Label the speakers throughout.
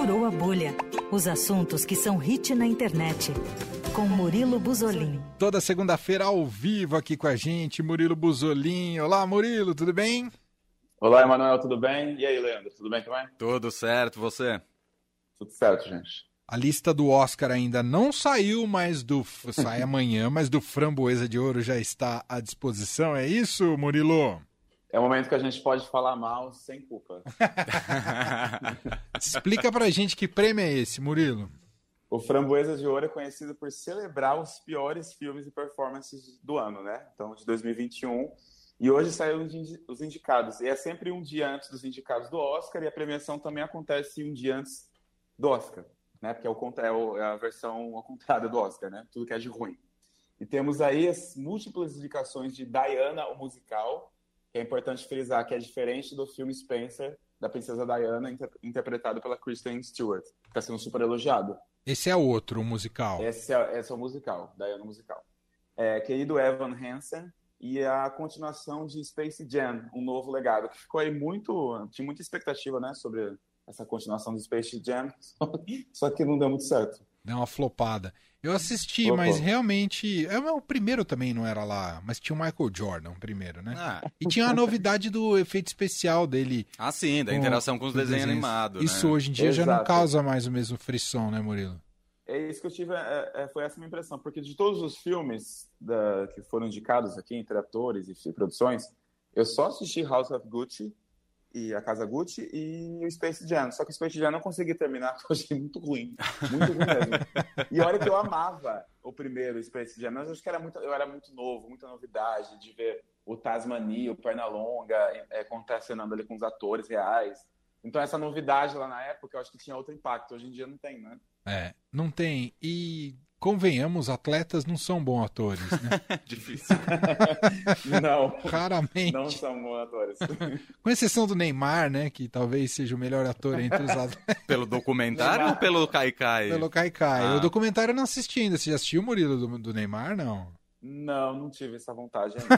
Speaker 1: Furou a Bolha. Os assuntos que são hit na internet. Com Murilo Buzolin.
Speaker 2: Toda segunda-feira ao vivo aqui com a gente, Murilo Buzolin. Olá, Murilo, tudo bem?
Speaker 3: Olá, Emanuel, tudo bem? E aí, Leandro, tudo bem também?
Speaker 4: Tudo certo, você?
Speaker 3: Tudo certo, gente.
Speaker 2: A lista do Oscar ainda não saiu, sai amanhã, mas do Framboesa de Ouro já está à disposição, é isso, Murilo?
Speaker 3: É o momento que a gente pode falar mal sem culpa.
Speaker 2: Explica pra gente que prêmio é esse, Murilo.
Speaker 3: O Framboesa de Ouro é conhecido por celebrar os piores filmes e performances do ano, né? Então, de 2021. E hoje saíram os indicados. E é sempre um dia antes dos indicados do Oscar, e a premiação também acontece um dia antes do Oscar, né? Porque é a versão ao contrário do Oscar, né? Tudo que é de ruim. E temos aí as múltiplas indicações de Diana, o musical, que é importante frisar que é diferente do filme Spencer, da Princesa Diana, interpretado pela Kristen Stewart, que está sendo super elogiado.
Speaker 2: Esse é outro, o musical.
Speaker 3: Esse é o musical, Diana musical. Querido Evan Hansen, e a continuação de Space Jam, um novo legado, que ficou aí tinha muita expectativa, né, sobre essa continuação do Space Jam, só que não deu muito certo.
Speaker 2: Deu uma flopada. Eu assisti,
Speaker 3: Flopou.
Speaker 2: mas realmente... O primeiro também não era lá, mas tinha o Michael Jordan, o primeiro, né? E tinha a novidade do efeito especial dele.
Speaker 4: Ah, sim, da interação com os desenhos animados.
Speaker 2: Isso
Speaker 4: né?
Speaker 2: hoje em dia já não
Speaker 3: Exato.
Speaker 2: causa mais o mesmo frisson, né, Murilo?
Speaker 3: É isso que eu tive, foi essa minha impressão, porque de todos os filmes que foram indicados aqui, entre atores e produções, eu só assisti House of Gucci, e a Casa Gucci, e o Space Jam. Só que o Space Jam eu não consegui terminar, porque eu achei muito ruim mesmo. E olha que eu amava o primeiro Space Jam, mas eu acho que eu era muito novo, muita novidade, de ver o Tasmania, o Pernalonga, contracenando ali com os atores reais. Então essa novidade lá na época, eu acho que tinha outro impacto. Hoje em dia não tem, né?
Speaker 2: Não tem. E, convenhamos, atletas não são bons atores, né?
Speaker 4: Difícil.
Speaker 3: Não.
Speaker 2: Raramente.
Speaker 3: Não são bons atores.
Speaker 2: Com exceção do Neymar, né? Que talvez seja o melhor ator entre os atletas.
Speaker 4: Pelo documentário ou pelo Kaikai?
Speaker 2: Pelo Kaikai.
Speaker 4: Ah.
Speaker 2: O documentário eu não assisti ainda. Você já assistiu, Murilo, do Neymar? Não.
Speaker 3: Não tive essa vontade ainda.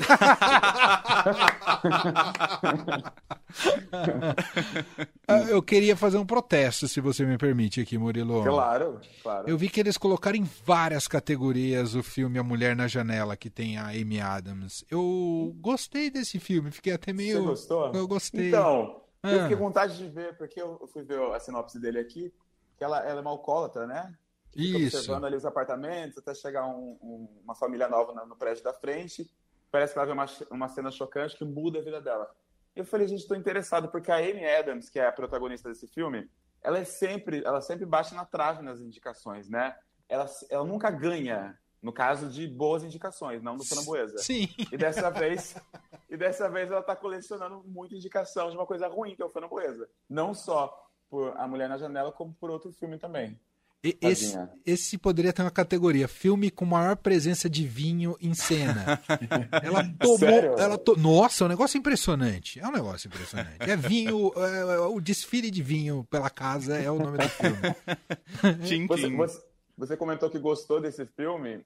Speaker 2: Eu queria fazer um protesto, se você me permite aqui, Murilo.
Speaker 3: Claro.
Speaker 2: Eu vi que eles colocaram em várias categorias o filme A Mulher na Janela, que tem a Amy Adams. Eu gostei desse filme, fiquei até meio...
Speaker 3: Você gostou?
Speaker 2: Eu gostei.
Speaker 3: Então, eu fiquei com vontade de ver, porque eu fui ver a sinopse dele aqui, que ela é uma alcoólatra, né? Que fica
Speaker 2: Isso.
Speaker 3: observando ali os apartamentos, até chegar uma família nova no prédio da frente. Parece que ela vê uma cena chocante que muda a vida dela. Eu falei, gente, estou interessado, porque a Amy Adams, que é a protagonista desse filme, ela sempre bate na trave nas indicações, né? Ela nunca ganha, no caso de boas indicações, não do Framboesa.
Speaker 2: Sim.
Speaker 3: E dessa vez ela está colecionando muita indicação de uma coisa ruim, que é o Framboesa. Não só por A Mulher na Janela, como por outro filme também.
Speaker 2: Esse poderia ter uma categoria, filme com maior presença de vinho em cena. Ela tomou...
Speaker 3: Sério?
Speaker 2: Nossa, é um negócio impressionante. É um negócio impressionante. É vinho, o desfile de vinho pela casa é o nome do filme.
Speaker 4: Tchim-tchim.
Speaker 3: Você comentou que gostou desse filme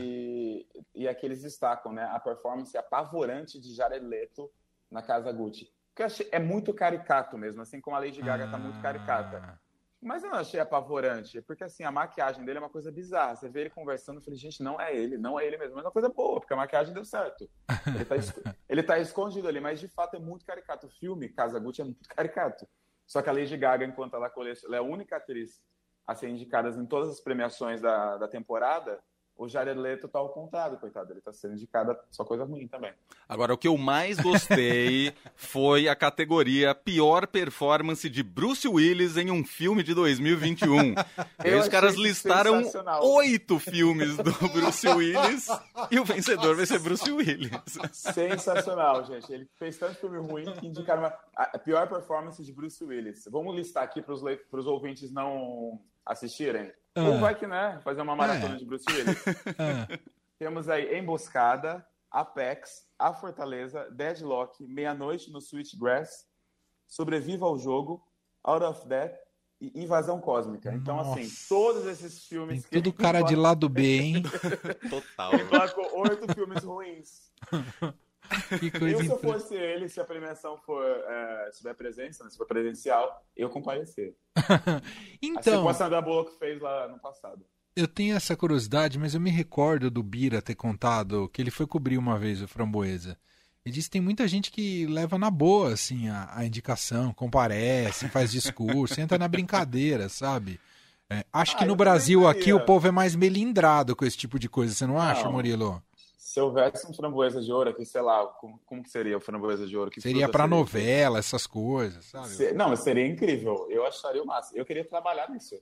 Speaker 3: e aqui eles destacam, né, a performance apavorante de Jared Leto na Casa Gucci. Porque eu achei, é muito caricato mesmo, assim como a Lady Gaga tá muito caricata. Mas eu não achei apavorante, porque assim, a maquiagem dele é uma coisa bizarra. Você vê ele conversando, eu falei, gente, não é ele mesmo. Mas é uma coisa boa, porque a maquiagem deu certo. Ele tá escondido ali, mas de fato é muito caricato. O filme, Casa Gucci, é muito caricato. Só que a Lady Gaga, enquanto ela é a única atriz a ser indicada em todas as premiações da temporada, o Jared Leto tá ao contrário, coitado. Ele tá sendo indicado só coisa ruim também.
Speaker 4: Agora, o que eu mais gostei foi a categoria Pior Performance de Bruce Willis em um filme de 2021. E aí os caras listaram 8 filmes do Bruce Willis e o vencedor vai ser Bruce Willis.
Speaker 3: Sensacional, gente. Ele fez tanto filme ruim que indicaram a pior performance de Bruce Willis. Vamos listar aqui para os ouvintes não assistirem? Ou vai que, né? Fazer uma maratona de Bruce Willis. Temos aí Emboscada, Apex, A Fortaleza, Deadlock, Meia-Noite no Sweetgrass, Sobreviva ao Jogo, Out of Death e Invasão Cósmica. Então, assim, todos esses filmes...
Speaker 2: Tem tudo cara de lado B, hein?
Speaker 4: Total.
Speaker 3: Ele colocou 8 filmes ruins.
Speaker 2: Que coisa
Speaker 3: Se eu fosse ele, se a premiação for tiver presença, né, se for presencial, eu comparecer. Assim
Speaker 2: Então,
Speaker 3: como a Sandra Bullock fez lá no passado.
Speaker 2: eu tenho essa curiosidade, mas eu me recordo do Bira ter contado que ele foi cobrir uma vez o Framboesa. Ele disse que tem muita gente que leva na boa, assim, a indicação, comparece, faz discurso, entra na brincadeira, sabe? Acho que no Brasil aqui o povo é mais melindrado com esse tipo de coisa, você não acha, Murilo?
Speaker 3: Se houvesse um Framboesa de Ouro aqui, sei lá, como que seria o Framboesa de Ouro? Que
Speaker 2: seria pra novela, essas coisas, sabe?
Speaker 3: Não, seria incrível. Eu acharia o máximo. Eu queria trabalhar nisso.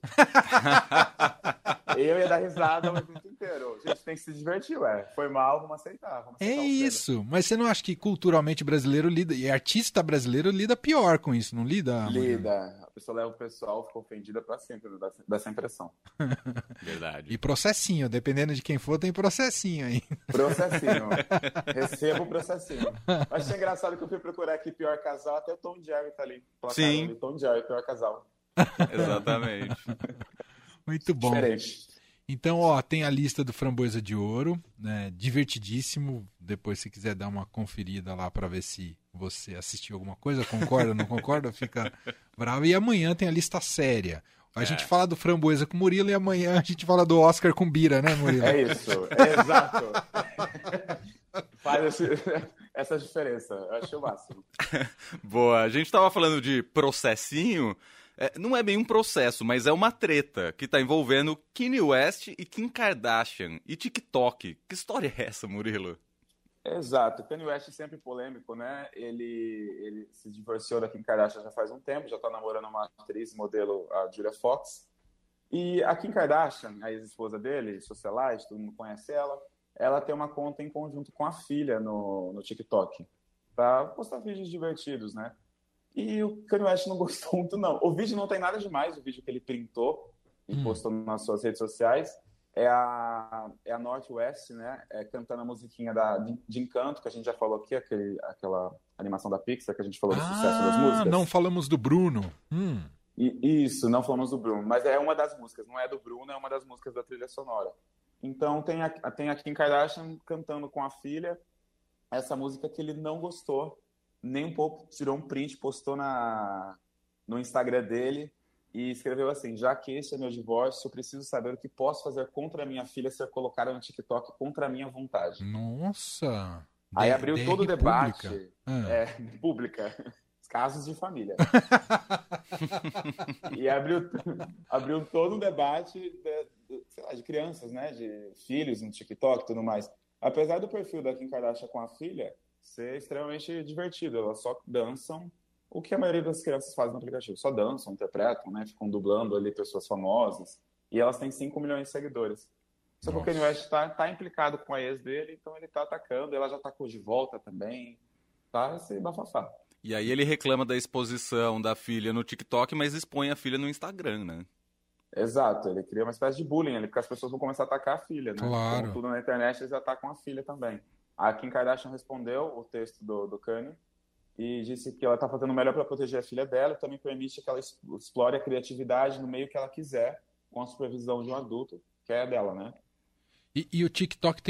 Speaker 3: Eu ia dar risada o evento inteiro. A gente tem que se divertir, ué. Foi mal, vamos aceitar.
Speaker 2: Isso. Mas você não acha que culturalmente brasileiro lida, e artista brasileiro lida pior com isso, não lida?
Speaker 3: Lida. A pessoa leva o pessoal, fica ofendida pra sempre, dá essa impressão.
Speaker 4: Verdade.
Speaker 2: E processinho, dependendo de quem for, tem processinho aí.
Speaker 3: Processinho. Recebo o processinho. Achei engraçado que eu fui procurar aqui pior casal, até o Tom Jerry tá ali.
Speaker 4: Sim.
Speaker 3: Ali, Tom Jerry, pior casal.
Speaker 4: Exatamente.
Speaker 2: Muito bom.
Speaker 3: Diferente.
Speaker 2: Então, ó, tem a lista do Framboesa de Ouro, né? Divertidíssimo. Depois, se quiser dar uma conferida lá para ver se você assistiu alguma coisa, concorda, não concorda, fica bravo. E amanhã tem a lista séria. A gente fala do Framboesa com o Murilo e amanhã a gente fala do Oscar com Bira, né, Murilo?
Speaker 3: É isso, exato. Faz essa diferença, eu achei o máximo.
Speaker 4: Boa, a gente tava falando de processinho. Não é bem um processo, mas é uma treta que tá envolvendo Kanye West e Kim Kardashian e TikTok. Que história é essa, Murilo?
Speaker 3: Exato, Kanye West é sempre polêmico, né? Ele se divorciou da Kim Kardashian já faz um tempo, já tá namorando uma atriz, modelo, a Julia Fox. E a Kim Kardashian, a ex-esposa dele, socialite, todo mundo conhece ela tem uma conta em conjunto com a filha no TikTok, pra postar vídeos divertidos, né? E o Kanye West não gostou muito, não. O vídeo não tem nada demais, o vídeo que ele printou e postou nas suas redes sociais é a Northwest, né? Cantando a musiquinha de Encanto, que a gente já falou aqui, aquela animação da Pixar, que a gente falou do sucesso das músicas.
Speaker 2: Não falamos do Bruno.
Speaker 3: Isso, não falamos do Bruno, mas é uma das músicas, não é do Bruno, é uma das músicas da trilha sonora. Então tem a Kim Kardashian cantando com a filha essa música que ele não gostou nem um pouco, tirou um print, postou no Instagram dele e escreveu assim: já que este é meu divórcio, eu preciso saber o que posso fazer contra a minha filha ser colocada no TikTok contra a minha vontade.
Speaker 2: Nossa!
Speaker 3: Aí abriu todo o debate.
Speaker 2: Pública.
Speaker 3: Casos de família. E abriu todo um debate de crianças, né? De filhos no TikTok e tudo mais. Apesar do perfil da Kim Kardashian com a filha ser extremamente divertido, elas só dançam o que a maioria das crianças fazem no aplicativo. Só dançam, interpretam, né? Ficam dublando ali pessoas famosas. E elas têm 5 milhões de seguidores. Só que o Kanye West tá implicado com a ex dele, então ele tá atacando. Ela já atacou de volta também. Tá esse bafafá.
Speaker 4: E aí ele reclama da exposição da filha no TikTok, mas expõe a filha no Instagram, né?
Speaker 3: Exato, ele cria uma espécie de bullying ali, porque as pessoas vão começar a atacar a filha, né?
Speaker 2: Claro.
Speaker 3: Como tudo na internet, eles atacam a filha também. A Kim Kardashian respondeu o texto do Kanye e disse que ela está fazendo o melhor para proteger a filha dela e também permite que ela explore a criatividade no meio que ela quiser, com a supervisão de um adulto, que é dela, né?
Speaker 2: E o TikTok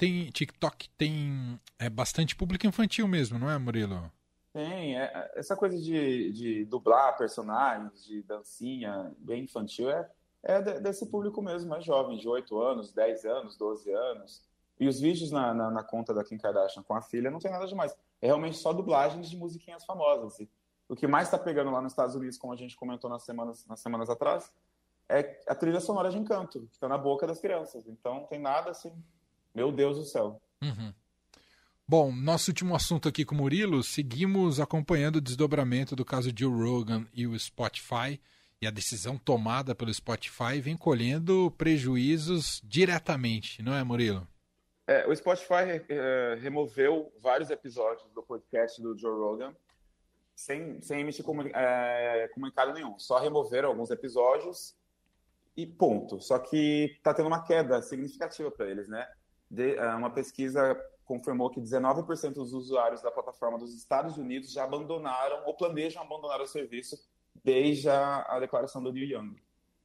Speaker 2: tem bastante público infantil mesmo, não é, Murilo?
Speaker 3: Tem, essa coisa de dublar personagens, de dancinha bem infantil, desse público mesmo, mais jovem, de 8 anos, 10 anos, 12 anos. E os vídeos na conta da Kim Kardashian com a filha não tem nada demais. É realmente só dublagens de musiquinhas famosas. E o que mais está pegando lá nos Estados Unidos, como a gente comentou nas semanas atrás, é a trilha sonora de Encanto, que está na boca das crianças. Então não tem nada assim, meu Deus do céu.
Speaker 2: Uhum. Bom, nosso último assunto aqui com o Murilo, seguimos acompanhando o desdobramento do caso Joe Rogan e o Spotify, e a decisão tomada pelo Spotify vem colhendo prejuízos diretamente, não é, Murilo?
Speaker 3: O Spotify removeu vários episódios do podcast do Joe Rogan sem emitir comunicado nenhum. Só removeram alguns episódios e ponto. Só que está tendo uma queda significativa para eles, né? Uma pesquisa confirmou que 19% dos usuários da plataforma dos Estados Unidos já abandonaram ou planejam abandonar o serviço desde a declaração do Neil Young.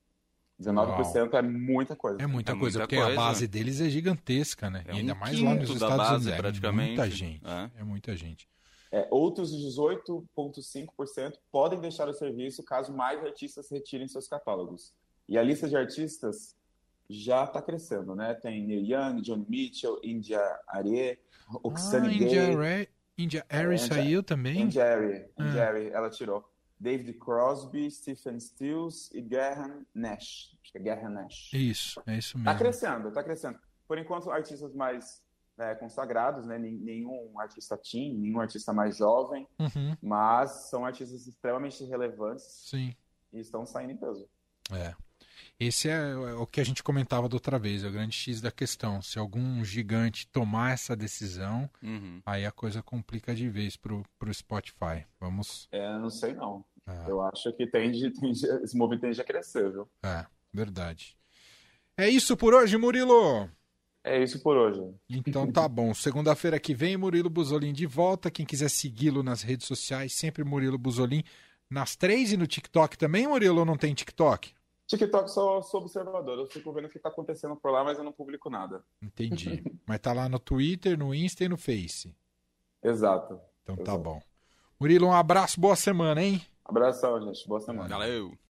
Speaker 3: 19% é muita coisa.
Speaker 2: É muita coisa, porque a base deles é gigantesca, né? E ainda mais lá nos Estados Unidos.
Speaker 4: Praticamente.
Speaker 2: É muita gente. É muita gente.
Speaker 3: Outros 18,5% podem deixar o serviço caso mais artistas retirem seus catálogos. E a lista de artistas já está crescendo, né? Tem Neil Young, Johnny Mitchell, India Arie, Oksana Gay.
Speaker 2: India Arie saiu também?
Speaker 3: India Arie, ela tirou. David Crosby, Stephen Stills e Graham Nash. Acho que é Graham Nash.
Speaker 2: Isso, é isso mesmo.
Speaker 3: Tá crescendo. Por enquanto, artistas mais consagrados, né? Nenhum artista teen, nenhum artista mais jovem, mas são artistas extremamente relevantes.
Speaker 2: Sim.
Speaker 3: E estão saindo em peso.
Speaker 2: Esse é o que a gente comentava da outra vez, é o grande X da questão. Se algum gigante tomar essa decisão, aí a coisa complica de vez pro Spotify. Vamos...
Speaker 3: não sei não. Eu acho que esse movimento tende a crescer, viu?
Speaker 2: Verdade. É isso por hoje, Murilo!
Speaker 3: É isso por hoje.
Speaker 2: Então tá bom. Segunda-feira que vem, Murilo Buzolin de volta. Quem quiser segui-lo nas redes sociais, sempre Murilo Buzolin. Nas 3 e no TikTok também, Murilo, ou não tem TikTok?
Speaker 3: TikTok sou observador. Eu fico vendo o que está acontecendo por lá, mas eu não publico nada.
Speaker 2: Entendi. Mas tá lá no Twitter, no Insta e no Face.
Speaker 3: Exato.
Speaker 2: Então tá bom. Murilo, um abraço, boa semana, hein?
Speaker 3: Abração, gente. Boa semana.
Speaker 4: Valeu.